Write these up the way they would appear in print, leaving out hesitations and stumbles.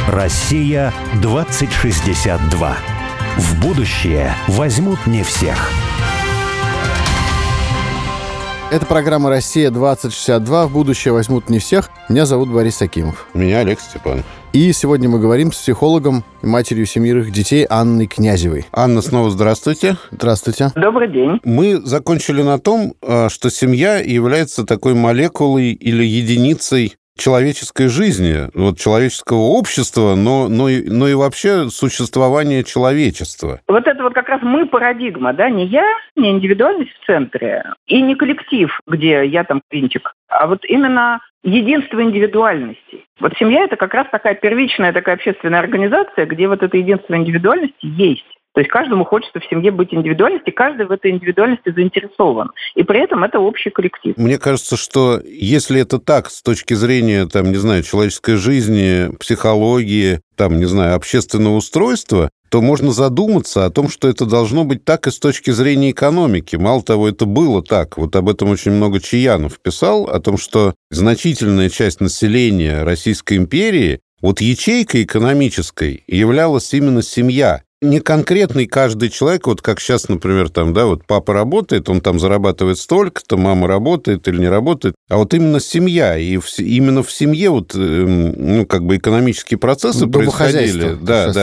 Россия 2062. В будущее возьмут не всех. Это программа «Россия-2062». В будущее возьмут не всех. Меня зовут Борис Акимов. Меня Олег Степанов. И сегодня мы говорим с психологом и матерью семерых детей Анной Князевой. Анна, снова здравствуйте. Здравствуйте. Добрый день. Мы закончили на том, что семья является такой молекулой или единицей человеческой жизни, вот человеческого общества, но и вообще существования человечества. Вот это вот как раз парадигма, да, не я, не индивидуальность в центре, и не коллектив, где я там винчик, а вот именно единство индивидуальностей. Вот семья – это как раз такая первичная такая общественная организация, где вот это единство индивидуальности есть. То есть каждому хочется в семье быть индивидуальностью, и каждый в этой индивидуальности заинтересован. И при этом это общий коллектив. Мне кажется, что если это так, с точки зрения, там, не знаю, человеческой жизни, психологии, там, не знаю, общественного устройства, то можно задуматься о том, что это должно быть так и с точки зрения экономики. Мало того, это было так. Вот об этом очень много Чаянов писал, о том, что значительная часть населения Российской империи, вот ячейкой экономической являлась именно семья. Не конкретный каждый человек, вот как сейчас, например, там, да, вот папа работает, он там зарабатывает столько-то, мама работает или не работает, а вот именно семья, и именно в семье вот, как бы экономические процессы происходили.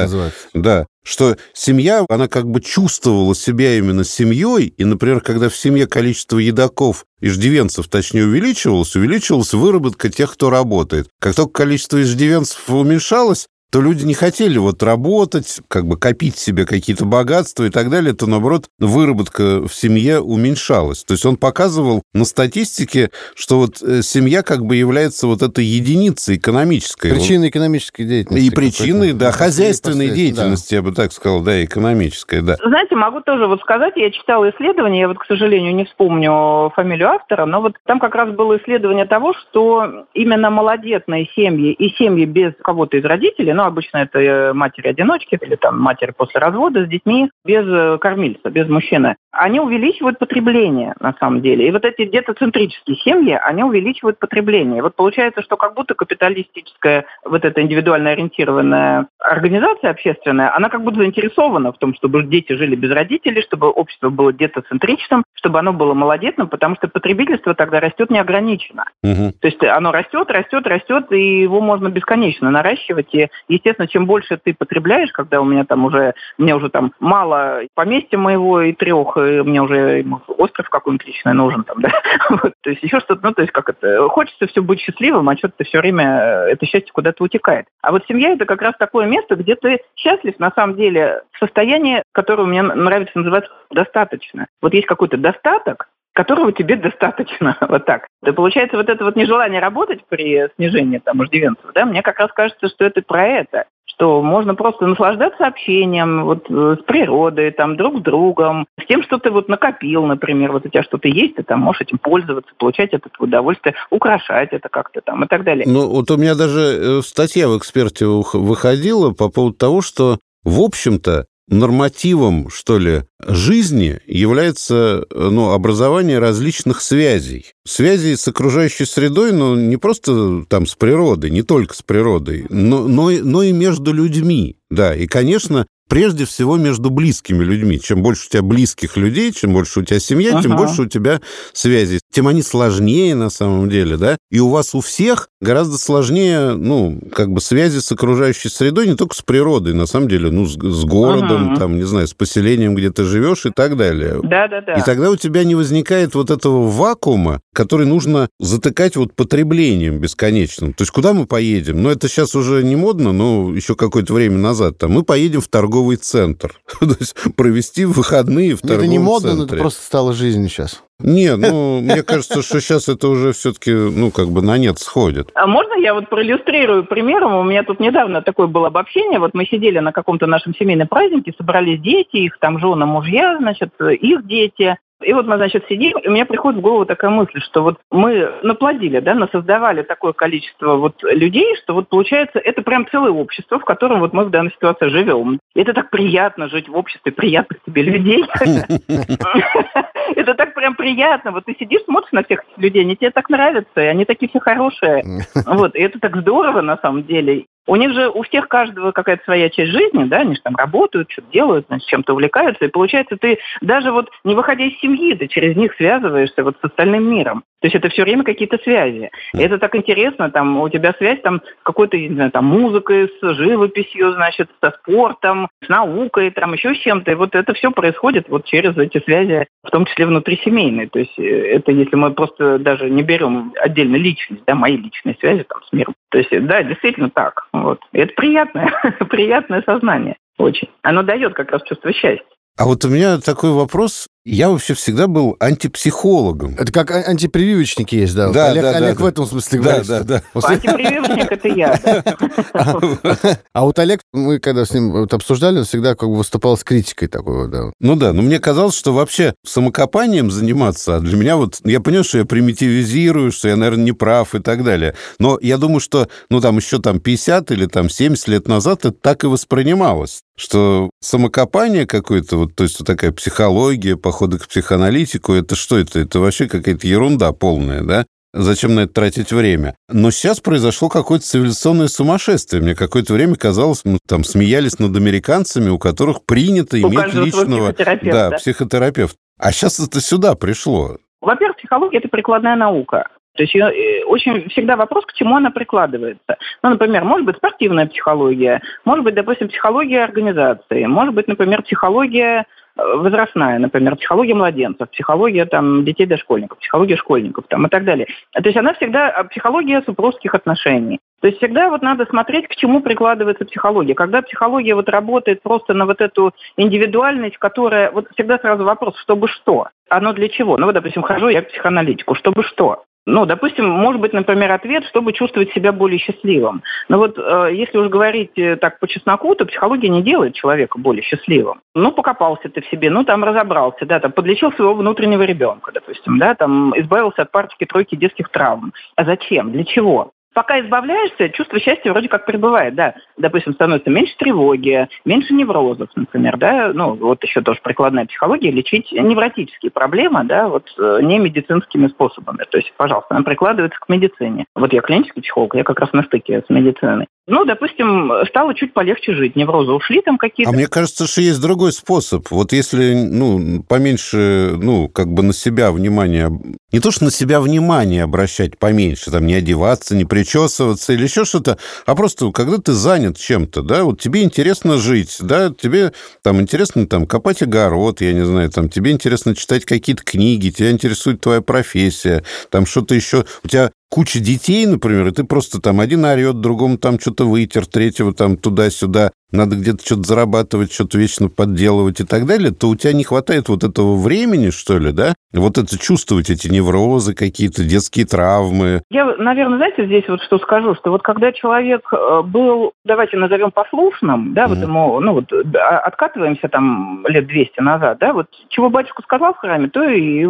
Да, что семья, она как бы чувствовала себя именно семьей, и, например, когда в семье количество едоков, иждивенцев, точнее, увеличивалась выработка тех, кто работает. Как только количество иждивенцев уменьшалось, то люди не хотели вот работать, как бы копить себе какие-то богатства и так далее, то, наоборот, выработка в семье уменьшалась. То есть он показывал на статистике, что вот семья как бы является вот этой единицей экономической. Причиной экономической деятельности. И причиной, да, хозяйственной деятельности, да. Я бы так сказал, да, экономической, да. Знаете, могу тоже вот сказать, я читала исследование, я вот, к сожалению, не вспомню фамилию автора, но вот там как раз было исследование того, что именно малодетные семьи и семьи без кого-то из родителей, обычно это матери-одиночки или там матери после развода с детьми без кормильца, без мужчины. Они увеличивают потребление, на самом деле. И вот эти детоцентрические семьи, они увеличивают потребление. И вот получается, что как будто капиталистическая, вот эта индивидуально ориентированная организация общественная, она как будто заинтересована в том, чтобы дети жили без родителей, чтобы общество было детоцентричным, чтобы оно было малодетным, потому что потребительство тогда растет неограниченно. Угу. То есть оно растет, и его можно бесконечно наращивать. И, естественно, чем больше ты потребляешь, когда мне уже там мало поместья моего и 3, и мне уже остров какой-нибудь личный нужен там, да. Вот, то есть еще что-то, то есть как это, хочется все быть счастливым, а что-то все время это счастье куда-то утекает. А вот семья – это как раз такое место, где ты счастлив, на самом деле, в состоянии, которое мне нравится называть достаточно. Вот есть какой-то достаток, которого тебе достаточно, вот так. И получается, вот это вот нежелание работать при снижении там иждивенцев, да, мне как раз кажется, что это про это, что можно просто наслаждаться общением вот с природой, там, друг с другом, с тем, что ты вот накопил, например, вот у тебя что-то есть, ты там можешь этим пользоваться, получать это удовольствие, украшать это как-то там и так далее. Ну, вот у меня даже статья в «Эксперте» выходила по поводу того, что, в общем-то, нормативом, что ли, жизни является образование различных связей. Связей с окружающей средой, но не просто там с природой, не только с природой, но и между людьми. Да, и, конечно, прежде всего между близкими людьми. Чем больше у тебя близких людей, чем больше у тебя семья, тем больше у тебя связей. Тем они сложнее на самом деле, да? И у вас у всех гораздо сложнее, связи с окружающей средой, не только с природой, на самом деле, с городом, там, не знаю, с поселением, где ты живешь и так далее. Да. И тогда у тебя не возникает вот этого вакуума, который нужно затыкать вот потреблением бесконечным. То есть куда мы поедем? Это сейчас уже не модно, но еще какое-то время назад. Там, мы поедем в торговый центр. То есть провести выходные в торговом центре. Это не модно, но это просто стала жизнью сейчас. Не, мне кажется, что сейчас это уже все-таки, на нет сходит. А можно я вот проиллюстрирую примером? У меня тут недавно такое было обобщение. Вот мы сидели на каком-то нашем семейном празднике, собрались дети, их там жены, мужья, их дети. И вот мы, сидим, и мне приходит в голову такая мысль, что вот мы наплодили, да, насоздавали такое количество вот людей, что вот получается, это прям целое общество, в котором вот мы в данной ситуации живем. И это так приятно жить в обществе приятных тебе людей. Это так прям приятно. Вот ты сидишь, смотришь на всех этих людей, они тебе так нравятся, и они такие все хорошие. Вот, и это так здорово на самом деле. У них же у всех каждого какая-то своя часть жизни, да, они же там работают, что-то делают, значит, чем-то увлекаются, и получается, ты даже вот не выходя из семьи, ты через них связываешься вот с остальным миром. То есть это все время какие-то связи. И это так интересно, там у тебя связь там с какой-то, не знаю, там музыкой, с живописью, значит, со спортом, с наукой, там еще с чем-то. И вот это все происходит вот через эти связи, в том числе внутрисемейные. То есть это если мы просто даже не берем отдельно личность, да, мои личные связи там с миром. То есть, да, действительно так. Вот. И это приятное сознание очень. Оно дает как раз чувство счастья. А вот у меня такой вопрос. Я вообще всегда был антипсихологом. Это как антипрививочники есть, да? Да, Олег в этом смысле говорит. Да. Антипрививочник – это я, да. А вот Олег, мы когда с ним обсуждали, он всегда как бы выступал с критикой такой, да. Ну да, но мне казалось, что вообще самокопанием заниматься, а для меня вот, я понял, что я примитивизирую, что я, наверное, не прав и так далее. Но я думаю, что, там еще 50 или 70 лет назад это так и воспринималось, что самокопание какое-то, вот, то есть вот такая психология, походы к психоаналитику, это что это? Это вообще какая-то ерунда полная, да? Зачем на это тратить время? Но сейчас произошло какое-то цивилизационное сумасшествие. Мне какое-то время казалось, мы там смеялись над американцами, у которых принято иметь личного психотерапевта. А сейчас это сюда пришло. Во-первых, психология – это прикладная наука. То есть очень всегда вопрос, к чему она прикладывается. Ну, например, может быть, спортивная психология, может быть, допустим, психология организации, может быть, например, психология возрастная, например, психология младенцев, психология там, детей дошкольников, психология школьников там, и так далее. То есть она всегда психология супружеских отношений. То есть всегда вот надо смотреть, к чему прикладывается психология. Когда психология вот работает просто на вот эту индивидуальность, которая... Вот всегда сразу вопрос, чтобы что? Оно для чего? Ну вот, допустим, хожу я к психоаналитику, чтобы что? Ну, допустим, может быть, например, ответ, чтобы чувствовать себя более счастливым. Но вот если уж говорить так по чесноку, то психология не делает человека более счастливым. Ну, покопался ты в себе, ну, там разобрался, да, там подлечил своего внутреннего ребенка, допустим, да, там избавился от парочки-тройки детских травм. А зачем? Для чего? Пока избавляешься, чувство счастья вроде как пребывает, да. Допустим, становится меньше тревоги, меньше неврозов, например, да. Ну, вот еще тоже прикладная психология, лечить невротические проблемы, да, вот не медицинскими способами. То есть, пожалуйста, она прикладывается к медицине. Вот я клинический психолог, я как раз на стыке с медициной. Ну, допустим, стало чуть полегче жить, неврозы ушли там какие-то. А мне кажется, что есть другой способ. Вот если, поменьше, как бы на себя внимание... Не то, что на себя внимание обращать поменьше, там, не одеваться, не причесываться или еще что-то, а просто когда ты занят чем-то, да, вот тебе интересно жить, да, тебе там интересно там копать огород, я не знаю, там, тебе интересно читать какие-то книги, тебя интересует твоя профессия, там что-то еще... У тебя куча детей, например, и ты просто там один орет, другому там что-то вытер, третьего там туда-сюда, надо где-то что-то зарабатывать, что-то вечно подделывать и так далее, то у тебя не хватает вот этого времени, что ли, да? Вот это чувствовать, эти неврозы какие-то, детские травмы. Я, наверное, знаете, здесь вот что скажу, что вот когда человек был, давайте назовем послушным, да, вот ему, откатываемся там лет 200 назад, да, вот чего батюшка сказал в храме, то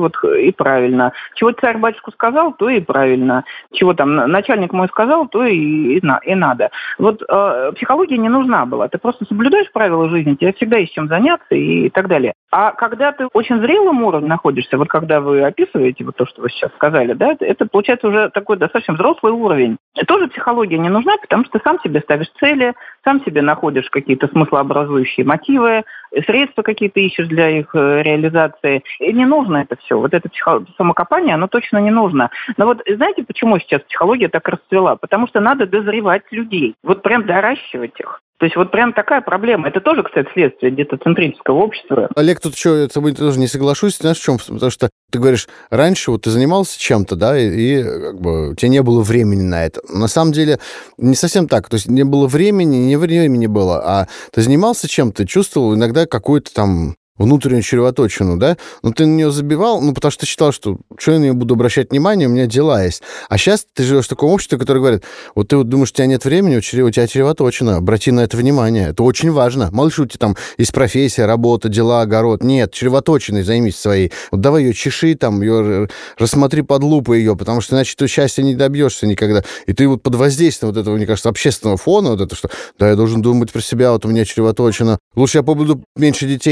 и правильно. Чего царь-батюшка сказал, то и правильно. Чего там начальник мой сказал, то и надо. Вот психология не нужна была. Ты просто соблюдаешь правила жизни, тебе всегда есть чем заняться и так далее. А когда ты очень зрелым уровне находишься, вот когда вы описываете вот то, что вы сейчас сказали, да, это получается уже такой достаточно взрослый уровень. И тоже психология не нужна, потому что ты сам себе ставишь цели, сам себе находишь какие-то смыслообразующие мотивы, средства какие-то ищешь для их реализации. И не нужно это все. Вот это самокопание, оно точно не нужно. Но вот знаете, почему сейчас психология так расцвела? Потому что надо дозревать людей. Вот прям доращивать их. То есть вот прям такая проблема. Это тоже, кстати, следствие детоцентрического общества. Олег, тут еще я с тобой тоже не соглашусь. Знаешь, в чем? Потому что ты говоришь, раньше вот ты занимался чем-то, да, и как бы у тебя не было времени на это. На самом деле не совсем так. То есть не было времени, не времени было, а ты занимался чем-то, чувствовал иногда какую-то там внутреннюю червоточину, да, но ты на нее забивал, потому что ты считал, что я на нее буду обращать внимание, у меня дела есть. А сейчас ты живешь в таком обществе, которое говорит, вот ты вот думаешь, у тебя нет времени, у тебя червоточина, обрати на это внимание, это очень важно. Мало ли, у тебя там есть профессия, работа, дела, огород. Нет, червоточиной займись своей. Вот давай ее чеши, там, ее рассмотри под лупой ее, потому что иначе ты счастья не добьешься никогда. И ты вот под воздействием вот этого, мне кажется, общественного фона, вот это, что, да, я должен думать про себя, вот у меня червоточина. Лучше я побуду меньше детей, там,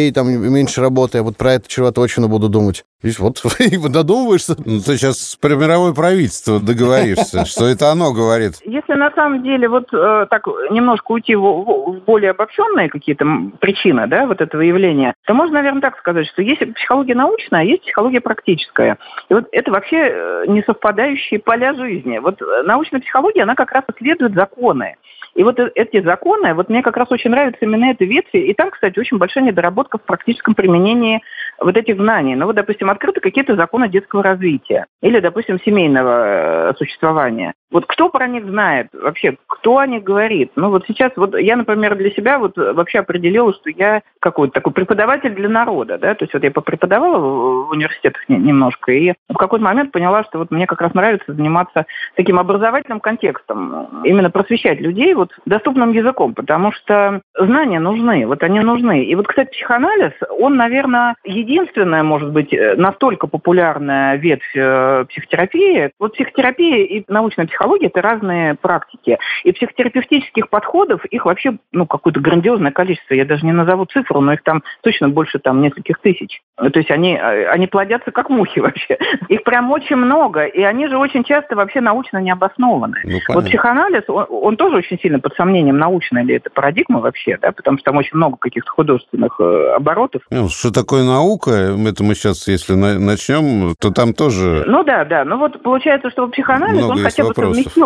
меньше работы, я вот про это червоточину буду думать. Видишь, вот и додумываешься. Ну, ты сейчас про мировое правительство договоришься, что это оно говорит. Если на самом деле вот так немножко уйти в более обобщенные какие-то причины, да, вот этого явления, то можно, наверное, так сказать, что есть психология научная, а есть психология практическая. И вот это вообще несовпадающие поля жизни. Вот научная психология, она как раз исследует законы. И вот эти законы, вот мне как раз очень нравится именно эта ветвь, и там, кстати, очень большая недоработка в практическом применении вот этих знаний. Ну вот, допустим, открыты какие-то законы детского развития или, допустим, семейного существования. Вот кто про них знает вообще, кто о них говорит? Ну вот сейчас, вот я, например, для себя вот вообще определила, что я какой-то такой преподаватель для народа, да, то есть вот я попреподавала в университетах немножко, и в какой-то момент поняла, что вот мне как раз нравится заниматься таким образовательным контекстом, именно просвещать людей вот доступным языком, потому что знания нужны, вот они нужны. И вот, кстати, психоанализ, он, наверное, единственная, может быть, настолько популярная ветвь психотерапии. Вот психотерапия и научная психология – это разные практики. И психотерапевтических подходов, их вообще, какое-то грандиозное количество. Я даже не назову цифру, но их там точно больше нескольких тысяч. То есть они плодятся как мухи вообще. Их прям очень много. И они же очень часто вообще научно не обоснованы. Вот психоанализ, он тоже очень сильно под сомнением, научная ли это парадигма вообще, да, потому что там очень много каких-то художественных оборотов. Что такое наука? Это мы сейчас, если начнем, то там тоже... Да. Ну вот получается, что психоанализ, он хотя бы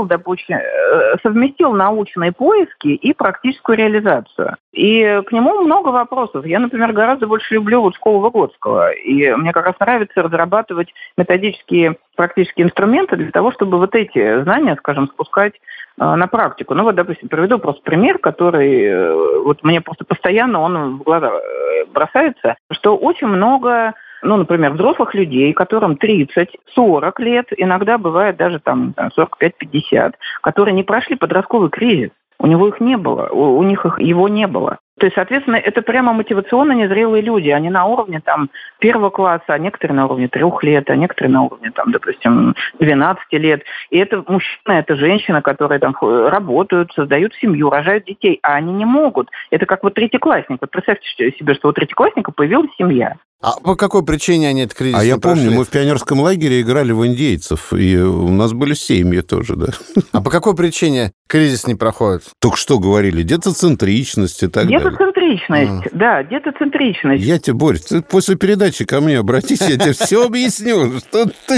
совместил научные поиски и практическую реализацию. И к нему много вопросов. Я, например, гораздо больше люблю вот школу Выгодского. И мне как раз нравится разрабатывать методические практические инструменты для того, чтобы вот эти знания, скажем, спускать на практику. Ну вот, допустим, приведу просто пример, который вот мне просто постоянно он в глаза бросается, что очень много, например, взрослых людей, которым 30-40 лет, иногда бывает даже 45-50, которые не прошли подростковый кризис. У него их не было, у них его не было. То есть, соответственно, это прямо мотивационно незрелые люди. Они на уровне первого класса, а некоторые на уровне 3 лет, а некоторые на уровне, допустим, 12 лет. И это мужчина, это женщина, которые работают, создают семью, рожают детей, а они не могут. Это как вот третьеклассник. Вот представьте себе, что у третьеклассника появилась семья. А по какой причине они этот кризис не я помню, мы в пионерском лагере играли в индейцев, и у нас были семьи тоже, да. А по какой причине кризис не проходит? Только что говорили, детоцентричность и так далее. Детоцентричность, да, детоцентричность. Я тебе, Борь, ты после передачи ко мне обратись, я тебе все объясню, что ты...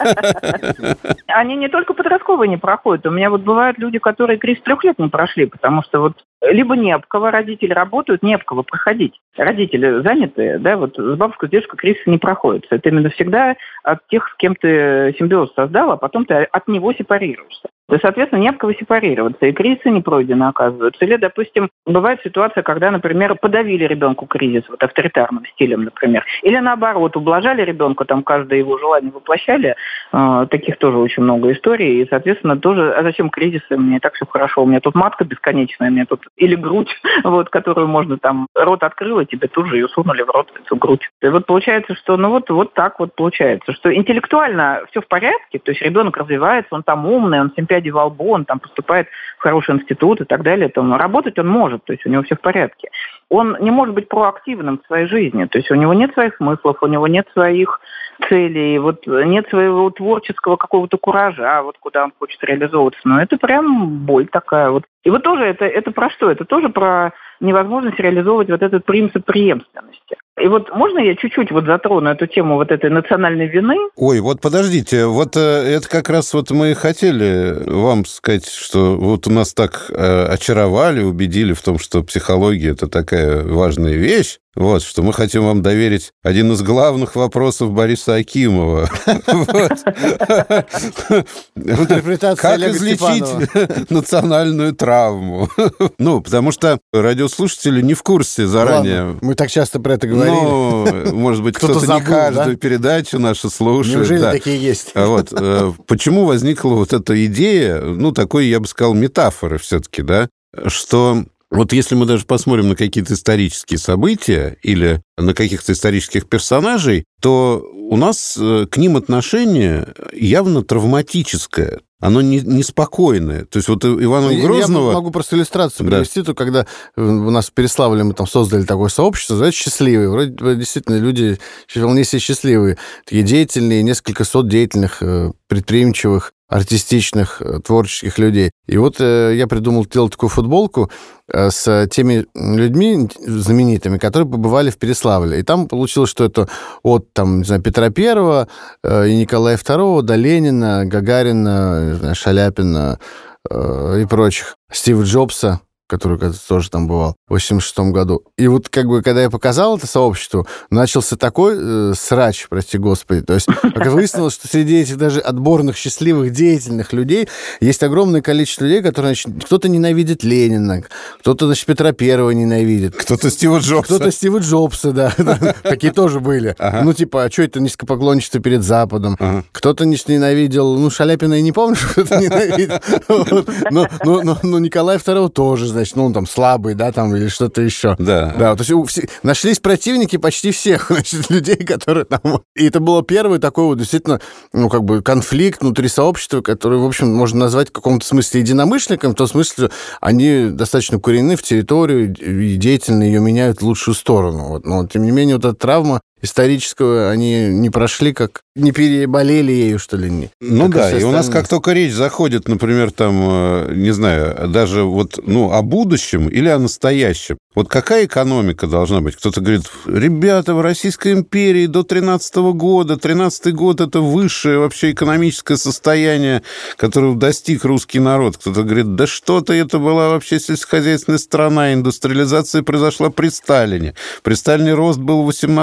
Они не только подростковые не проходят. У меня вот бывают люди, которые кризис 3 лет не прошли, потому что вот либо не об кого родители работают, не об кого проходить. Родители заняты, да, вот с бабушкой, с дедушкой кризис не проходит. Это именно всегда от тех, с кем ты симбиоз создал, а потом ты от него сепарируешься. То есть, соответственно, не об кого сепарироваться, и кризисы не пройдены, оказывается. Или, допустим, бывает ситуация, когда, например, подавили ребенку кризис, вот авторитарным стилем, например. Или, наоборот, ублажали ребенка, каждое его желание воплощали. Таких тоже очень много историй. И, соответственно, тоже, а зачем кризисы? Мне и так все хорошо. У меня тут матка бесконечная, у меня тут или грудь, вот, которую можно рот открыл, и тебе тут же ее сунули в рот, эту грудь. И вот получается, что, вот так вот получается, что интеллектуально все в порядке, то есть ребенок развивается, он умный, он 7 пядей во лбу, он поступает в хороший институт и так далее, работать он может, то есть у него все в порядке. Он не может быть проактивным в своей жизни, то есть у него нет своих смыслов, у него нет своих целей, вот нет своего творческого какого-то куража, вот куда он хочет реализовываться. Но это прям боль такая вот. И вот тоже это про что? Это тоже про невозможность реализовывать вот этот принцип преемственности. И вот можно я чуть-чуть затрону эту тему вот этой национальной вины? Ой, вот подождите, вот это как раз вот мы хотели вам сказать, что вот у нас так очаровали, убедили в том, что психология – это такая важная вещь, вот, что мы хотим вам доверить один из главных вопросов Бориса Акимова. Как излечить национальную травму? Потому что радиослушатели не в курсе заранее. Мы так часто про это говорили. Может быть, кто-то не каждую передачу нашу слушает. Неужели такие есть? Почему возникла вот эта идея, такой, я бы сказал, метафоры все-таки, да, что Вот если мы даже посмотрим на какие-то исторические события или на каких-то исторических персонажей, то у нас к ним отношение явно травматическое. Оно неспокойное. То есть вот Ивана Грозного... Я могу просто иллюстрацию привести, то когда у нас в Переславле мы там создали такое сообщество, знаете, счастливые. Вроде действительно люди вполне себе счастливые. Такие деятельные, несколько сот деятельных, предприимчивых, артистичных, творческих людей. И вот я придумал делать такую футболку с теми людьми знаменитыми, которые побывали в Переславле. И там получилось, что это от там, не знаю, Петра Первого и Николая II до Ленина, Гагарина, не знаю, Шаляпина и прочих, Стива Джобса, который тоже там бывал в 1986 году. И вот как бы, когда я показал это сообществу, начался такой срач, прости господи. То есть, как выяснилось, что среди этих даже отборных, счастливых, деятельных людей есть огромное количество людей, которые, значит, кто-то ненавидит Ленина, кто-то, значит, Петра Первого ненавидит. Кто-то Стива Джобса. Кто-то Стива Джобса, да. Такие тоже были. Ну, типа, а что это низкопоклонничество перед Западом? Кто-то ненавидел, ну, Шаляпина я не помню, что кто-то ненавидел. Но Николая II тоже, значит, ну, он там слабый, да, там, или что-то еще. Да. Да, то есть нашлись противники почти всех, значит, людей, которые там... И это было первый такой вот действительно, ну, как бы конфликт внутри сообщества, который, в общем, можно назвать в каком-то смысле единомышленником, в том смысле, что они достаточно коренны в территорию и деятельно ее меняют в лучшую сторону. Вот. Но, тем не менее, вот эта травма историческую они не прошли, как не переболели ею, что ли. Ну да, и у нас как только речь заходит, например, там, не знаю, даже вот, ну, о будущем или о настоящем. Вот какая экономика должна быть? Кто-то говорит, ребята, в Российской империи до 13 года, 13-й год – это высшее вообще экономическое состояние, которого достиг русский народ. Кто-то говорит, да что-то это была вообще сельскохозяйственная страна, индустриализация произошла при Сталине. При Сталине рост был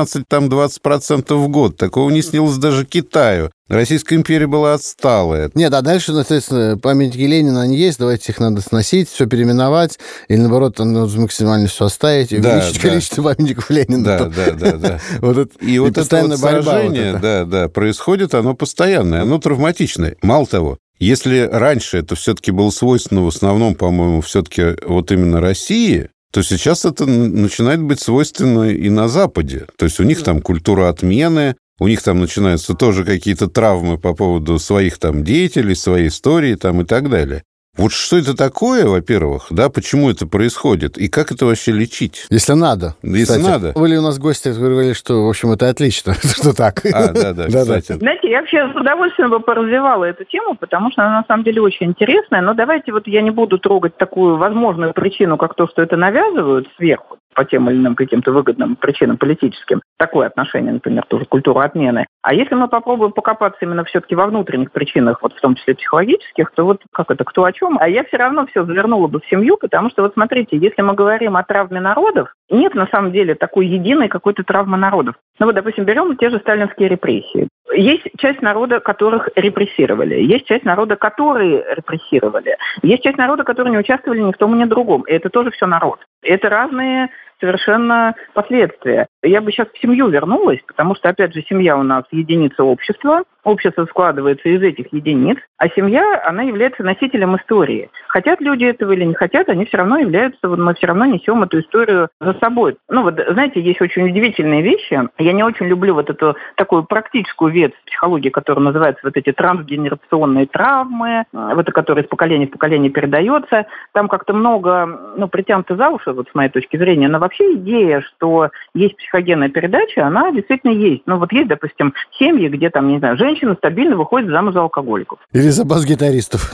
18-20% в год. Такого не снилось даже Китаю. Российская империя была отсталая. Нет, а дальше, соответственно, памятники Ленина, они есть, давайте их надо сносить, все переименовать, или, наоборот, надо максимально все оставить, и увеличить количество памятников Ленина. Да. И вот это сражение, происходит, оно постоянное, оно травматичное. Мало того, если раньше это все-таки было свойственно в основном, по-моему, все-таки вот именно России, то сейчас это начинает быть свойственно и на Западе. То есть у них там культура отмены, у них там начинаются тоже какие-то травмы по поводу своих там деятелей, своей истории там и так далее. Вот что это такое, во-первых, да, почему это происходит, и как это вообще лечить? Если надо. Если надо. Были у нас гости, которые говорили, что, в общем, это отлично, что так. Кстати. Знаете, я вообще с удовольствием бы поразвивала эту тему, потому что она на самом деле очень интересная, но давайте вот я не буду трогать такую возможную причину, как то, что это навязывают сверху, по тем или иным каким-то выгодным причинам политическим. Такое отношение, например, тоже культура отмены. А если мы попробуем покопаться именно все-таки во внутренних причинах, вот в том числе психологических, то вот как это, кто о чем? А я все равно все завернула бы в семью, потому что вот смотрите, если мы говорим о травме народов, нет на самом деле такой единой какой-то травмы народов. Ну вот, допустим, берем те же сталинские репрессии. Есть часть народа, которых репрессировали. Есть часть народа, которые репрессировали. Есть часть народа, которые не участвовали ни в том, ни в другом. И это тоже все народ. Это разные совершенно последствия. Я бы сейчас в семью вернулась, потому что, опять же, семья у нас единица общества. Общество складывается из этих единиц, а семья, она является носителем истории. Хотят люди этого или не хотят, они все равно являются, вот мы все равно несем эту историю за собой. Ну вот, знаете, есть очень удивительные вещи. Я не очень люблю вот эту такую практическую ветвь психологии, которая называется вот эти трансгенерационные травмы, вот, которая из поколения в поколение передается. Там как-то много, притянуто за уши, вот с моей точки зрения, но вообще идея, что есть психогенная передача, она действительно есть. Ну вот есть, допустим, семьи, где там, не знаю, женщина стабильно выходит замуж за алкоголиков. Или за бас-гитаристов.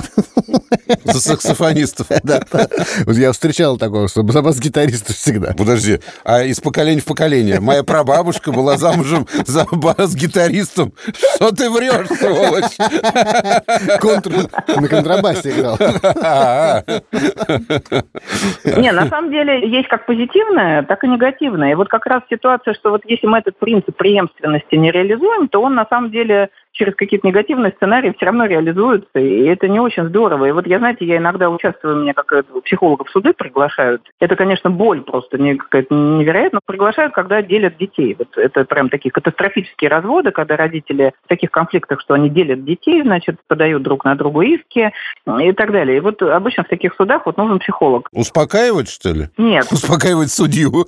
За саксофонистов. Да. Вот я встречал такого, что за бас-гитаристов всегда. Подожди, а из поколения в поколение? Моя прабабушка была замужем за бас-гитаристом. Что ты врешь, сволочь? На контрабасе играл. Не, на самом деле есть как позитивное, так и негативное. И вот как раз ситуация, что вот если мы этот принцип преемственности не реализуем, то он на самом деле через какие-то негативные сценарии все равно реализуются, и это не очень здорово. И вот я иногда участвую, меня как психологов в суды приглашают. Это, конечно, боль просто какая-то невероятная. Приглашают, когда делят детей. Вот это прям такие катастрофические разводы, когда родители в таких конфликтах, что они делят детей, значит, подают друг на друга иски и так далее. И вот обычно в таких судах вот нужен психолог. Успокаивать, что ли? Нет. Успокаивать судью.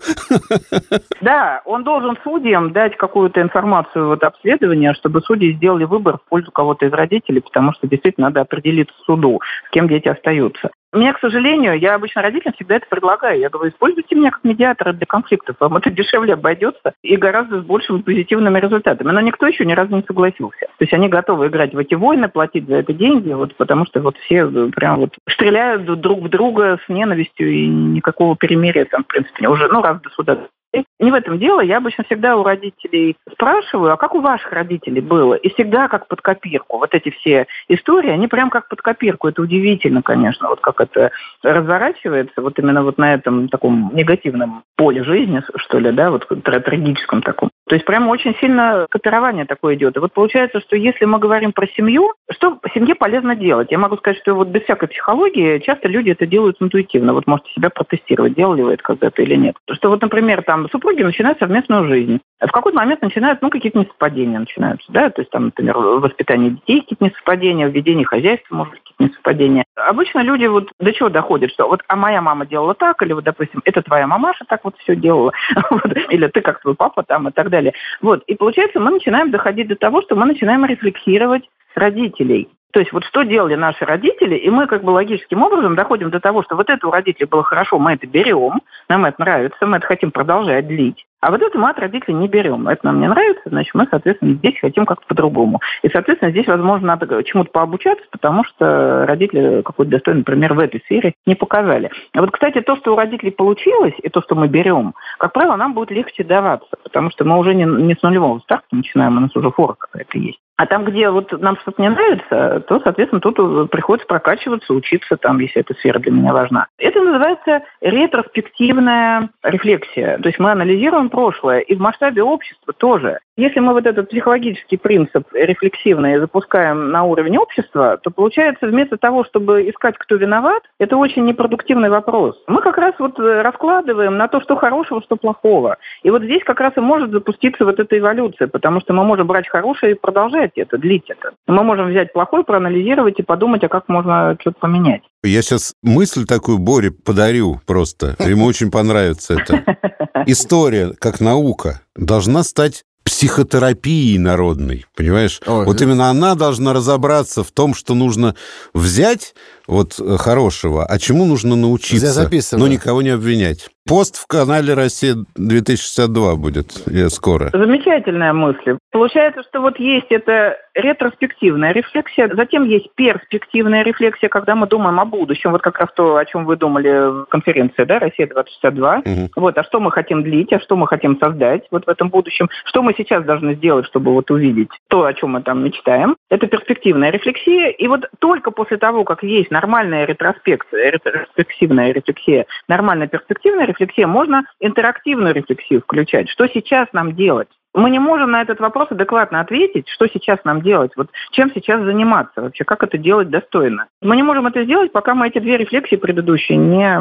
Да, он должен судьям дать какую-то информацию, обследование, чтобы судьи сделали выбор в пользу кого-то из родителей, потому что действительно надо определиться суду, с кем дети остаются. Мне, к сожалению, я обычно родителям всегда это предлагаю. Я говорю, используйте меня как медиатора для конфликтов. Вам это дешевле обойдется и гораздо с большими позитивными результатами. Но никто еще ни разу не согласился. То есть они готовы играть в эти войны, платить за это деньги, потому что все прям стреляют друг в друга с ненавистью, и никакого перемирия там, в принципе, уже раз до суда. Не в этом дело. Я обычно всегда у родителей спрашиваю, а как у ваших родителей было? И всегда как под копирку. Вот эти все истории, они прям как под копирку. Это удивительно, конечно, как это разворачивается именно на этом таком негативном поле жизни, что ли, трагическом таком. То есть прямо очень сильно копирование такое идет. И получается, что если мы говорим про семью, что семье полезно делать? Я могу сказать, что без всякой психологии часто люди это делают интуитивно. Можете себя протестировать, делали вы это когда-то или нет. Что например, супруги начинают совместную жизнь. В какой-то момент начинают, какие-то несовпадения начинаются, да, то есть например, в воспитании детей какие-то несовпадения, в ведении хозяйства, может быть, какие-то несовпадения. Обычно люди до чего доходят, что а моя мама делала так, или допустим, это твоя мамаша так все делала, или ты как твой папа и так далее. И получается, мы начинаем доходить до того, что мы начинаем рефлексировать родителей. То есть что делали наши родители, и мы логическим образом доходим до того, что это у родителей было хорошо, мы это берем, нам это нравится, мы это хотим продолжать длить. А это мы от родителей не берем. Это нам не нравится, значит, мы, соответственно, здесь хотим как-то по-другому. И, соответственно, здесь, возможно, надо чему-то пообучаться, потому что родители какой-то достойный пример в этой сфере не показали. А кстати, то, что у родителей получилось, и то, что мы берем, как правило, нам будет легче даваться, потому что мы уже не с нулевого старта начинаем, у нас уже фора какая-то есть. А там, где нам что-то не нравится, то, соответственно, тут приходится прокачиваться, учиться, если эта сфера для меня важна. Это называется ретроспективная рефлексия. То есть мы анализируем прошлое, и в масштабе общества тоже. Если мы этот психологический принцип рефлексивный запускаем на уровень общества, то получается, вместо того, чтобы искать, кто виноват, это очень непродуктивный вопрос. Мы как раз раскладываем на то, что хорошего, что плохого. И здесь как раз и может запуститься эта эволюция, потому что мы можем брать хорошее и продолжать это, длить это. Мы можем взять плохое, проанализировать и подумать, а как можно что-то поменять. Я сейчас мысль такую Боре подарю просто. Ему очень понравится это. История, как наука, должна стать психотерапией народной, понимаешь? Именно она должна разобраться в том, что нужно взять хорошего, а чему нужно научиться, но никого не обвинять. Пост в канале «Россия-2062» будет скоро. Замечательная мысль. Получается, что есть эта ретроспективная рефлексия, затем есть перспективная рефлексия, когда мы думаем о будущем, как раз то, о чем вы думали в конференции, да, «Россия-2062». Угу. А что мы хотим длить, а что мы хотим создать в этом будущем, что мы сейчас должны сделать, чтобы увидеть то, о чем мы там мечтаем. Это перспективная рефлексия. И только после того, как есть нормальная ретроспективная рефлексия, нормальная перспективная рефлексия, можно интерактивную рефлексию включать. Что сейчас нам делать? Мы не можем на этот вопрос адекватно ответить, что сейчас нам делать, чем сейчас заниматься вообще, как это делать достойно. Мы не можем это сделать, пока мы эти две рефлексии предыдущие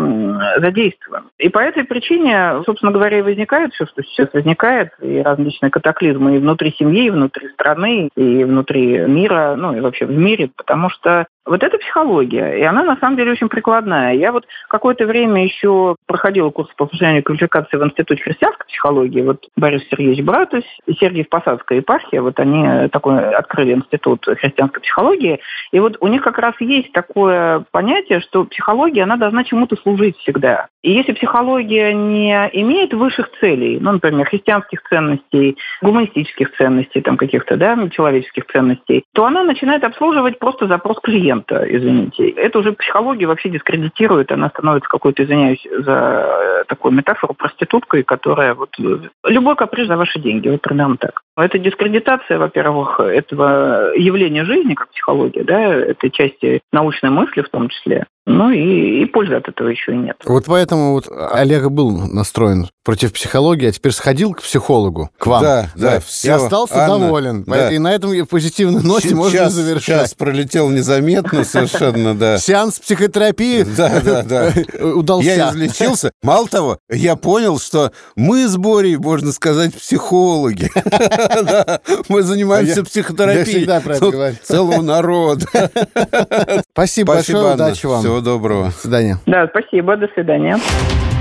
не задействуем. И по этой причине, собственно говоря, и возникает все, что сейчас возникает, и различные катаклизмы и внутри семьи, и внутри страны, и внутри мира, и вообще в мире, потому что это психология, и она на самом деле очень прикладная. Я какое-то время еще проходила курс по повышению квалификации в Институте христианской психологии. Борис Сергеевич Братус и Сергиев-Посадская епархия, они открыли Институт христианской психологии, и у них как раз есть такое понятие, что психология, она должна чему-то служить всегда. И если психология не имеет высших целей, например, христианских ценностей, гуманистических ценностей, каких-то, человеческих ценностей, то она начинает обслуживать просто запрос клиента. Извините. Это уже психология вообще дискредитирует, она становится какой-то, извиняюсь за такую метафору, проституткой, которая любой каприз за ваши деньги, примерно так. Это дискредитация, во-первых, этого явления жизни, как психология, да, этой части научной мысли в том числе. Ну и пользы от этого еще и нет. Вот поэтому вот Олег был настроен против психологии, а теперь сходил к психологу, к вам. Да, все. И остался доволен. Да. И на этом позитивной ноте можно завершать. Час пролетел незаметно совершенно, да. Сеанс психотерапии удался. Я излечился. Мало того, я понял, что мы с Борей, можно сказать, психологи. Мы занимаемся психотерапией. Я всегда про это говорю. Целого народа. Спасибо большое, удачи вам. Всего доброго. До свидания. Да, спасибо, до свидания.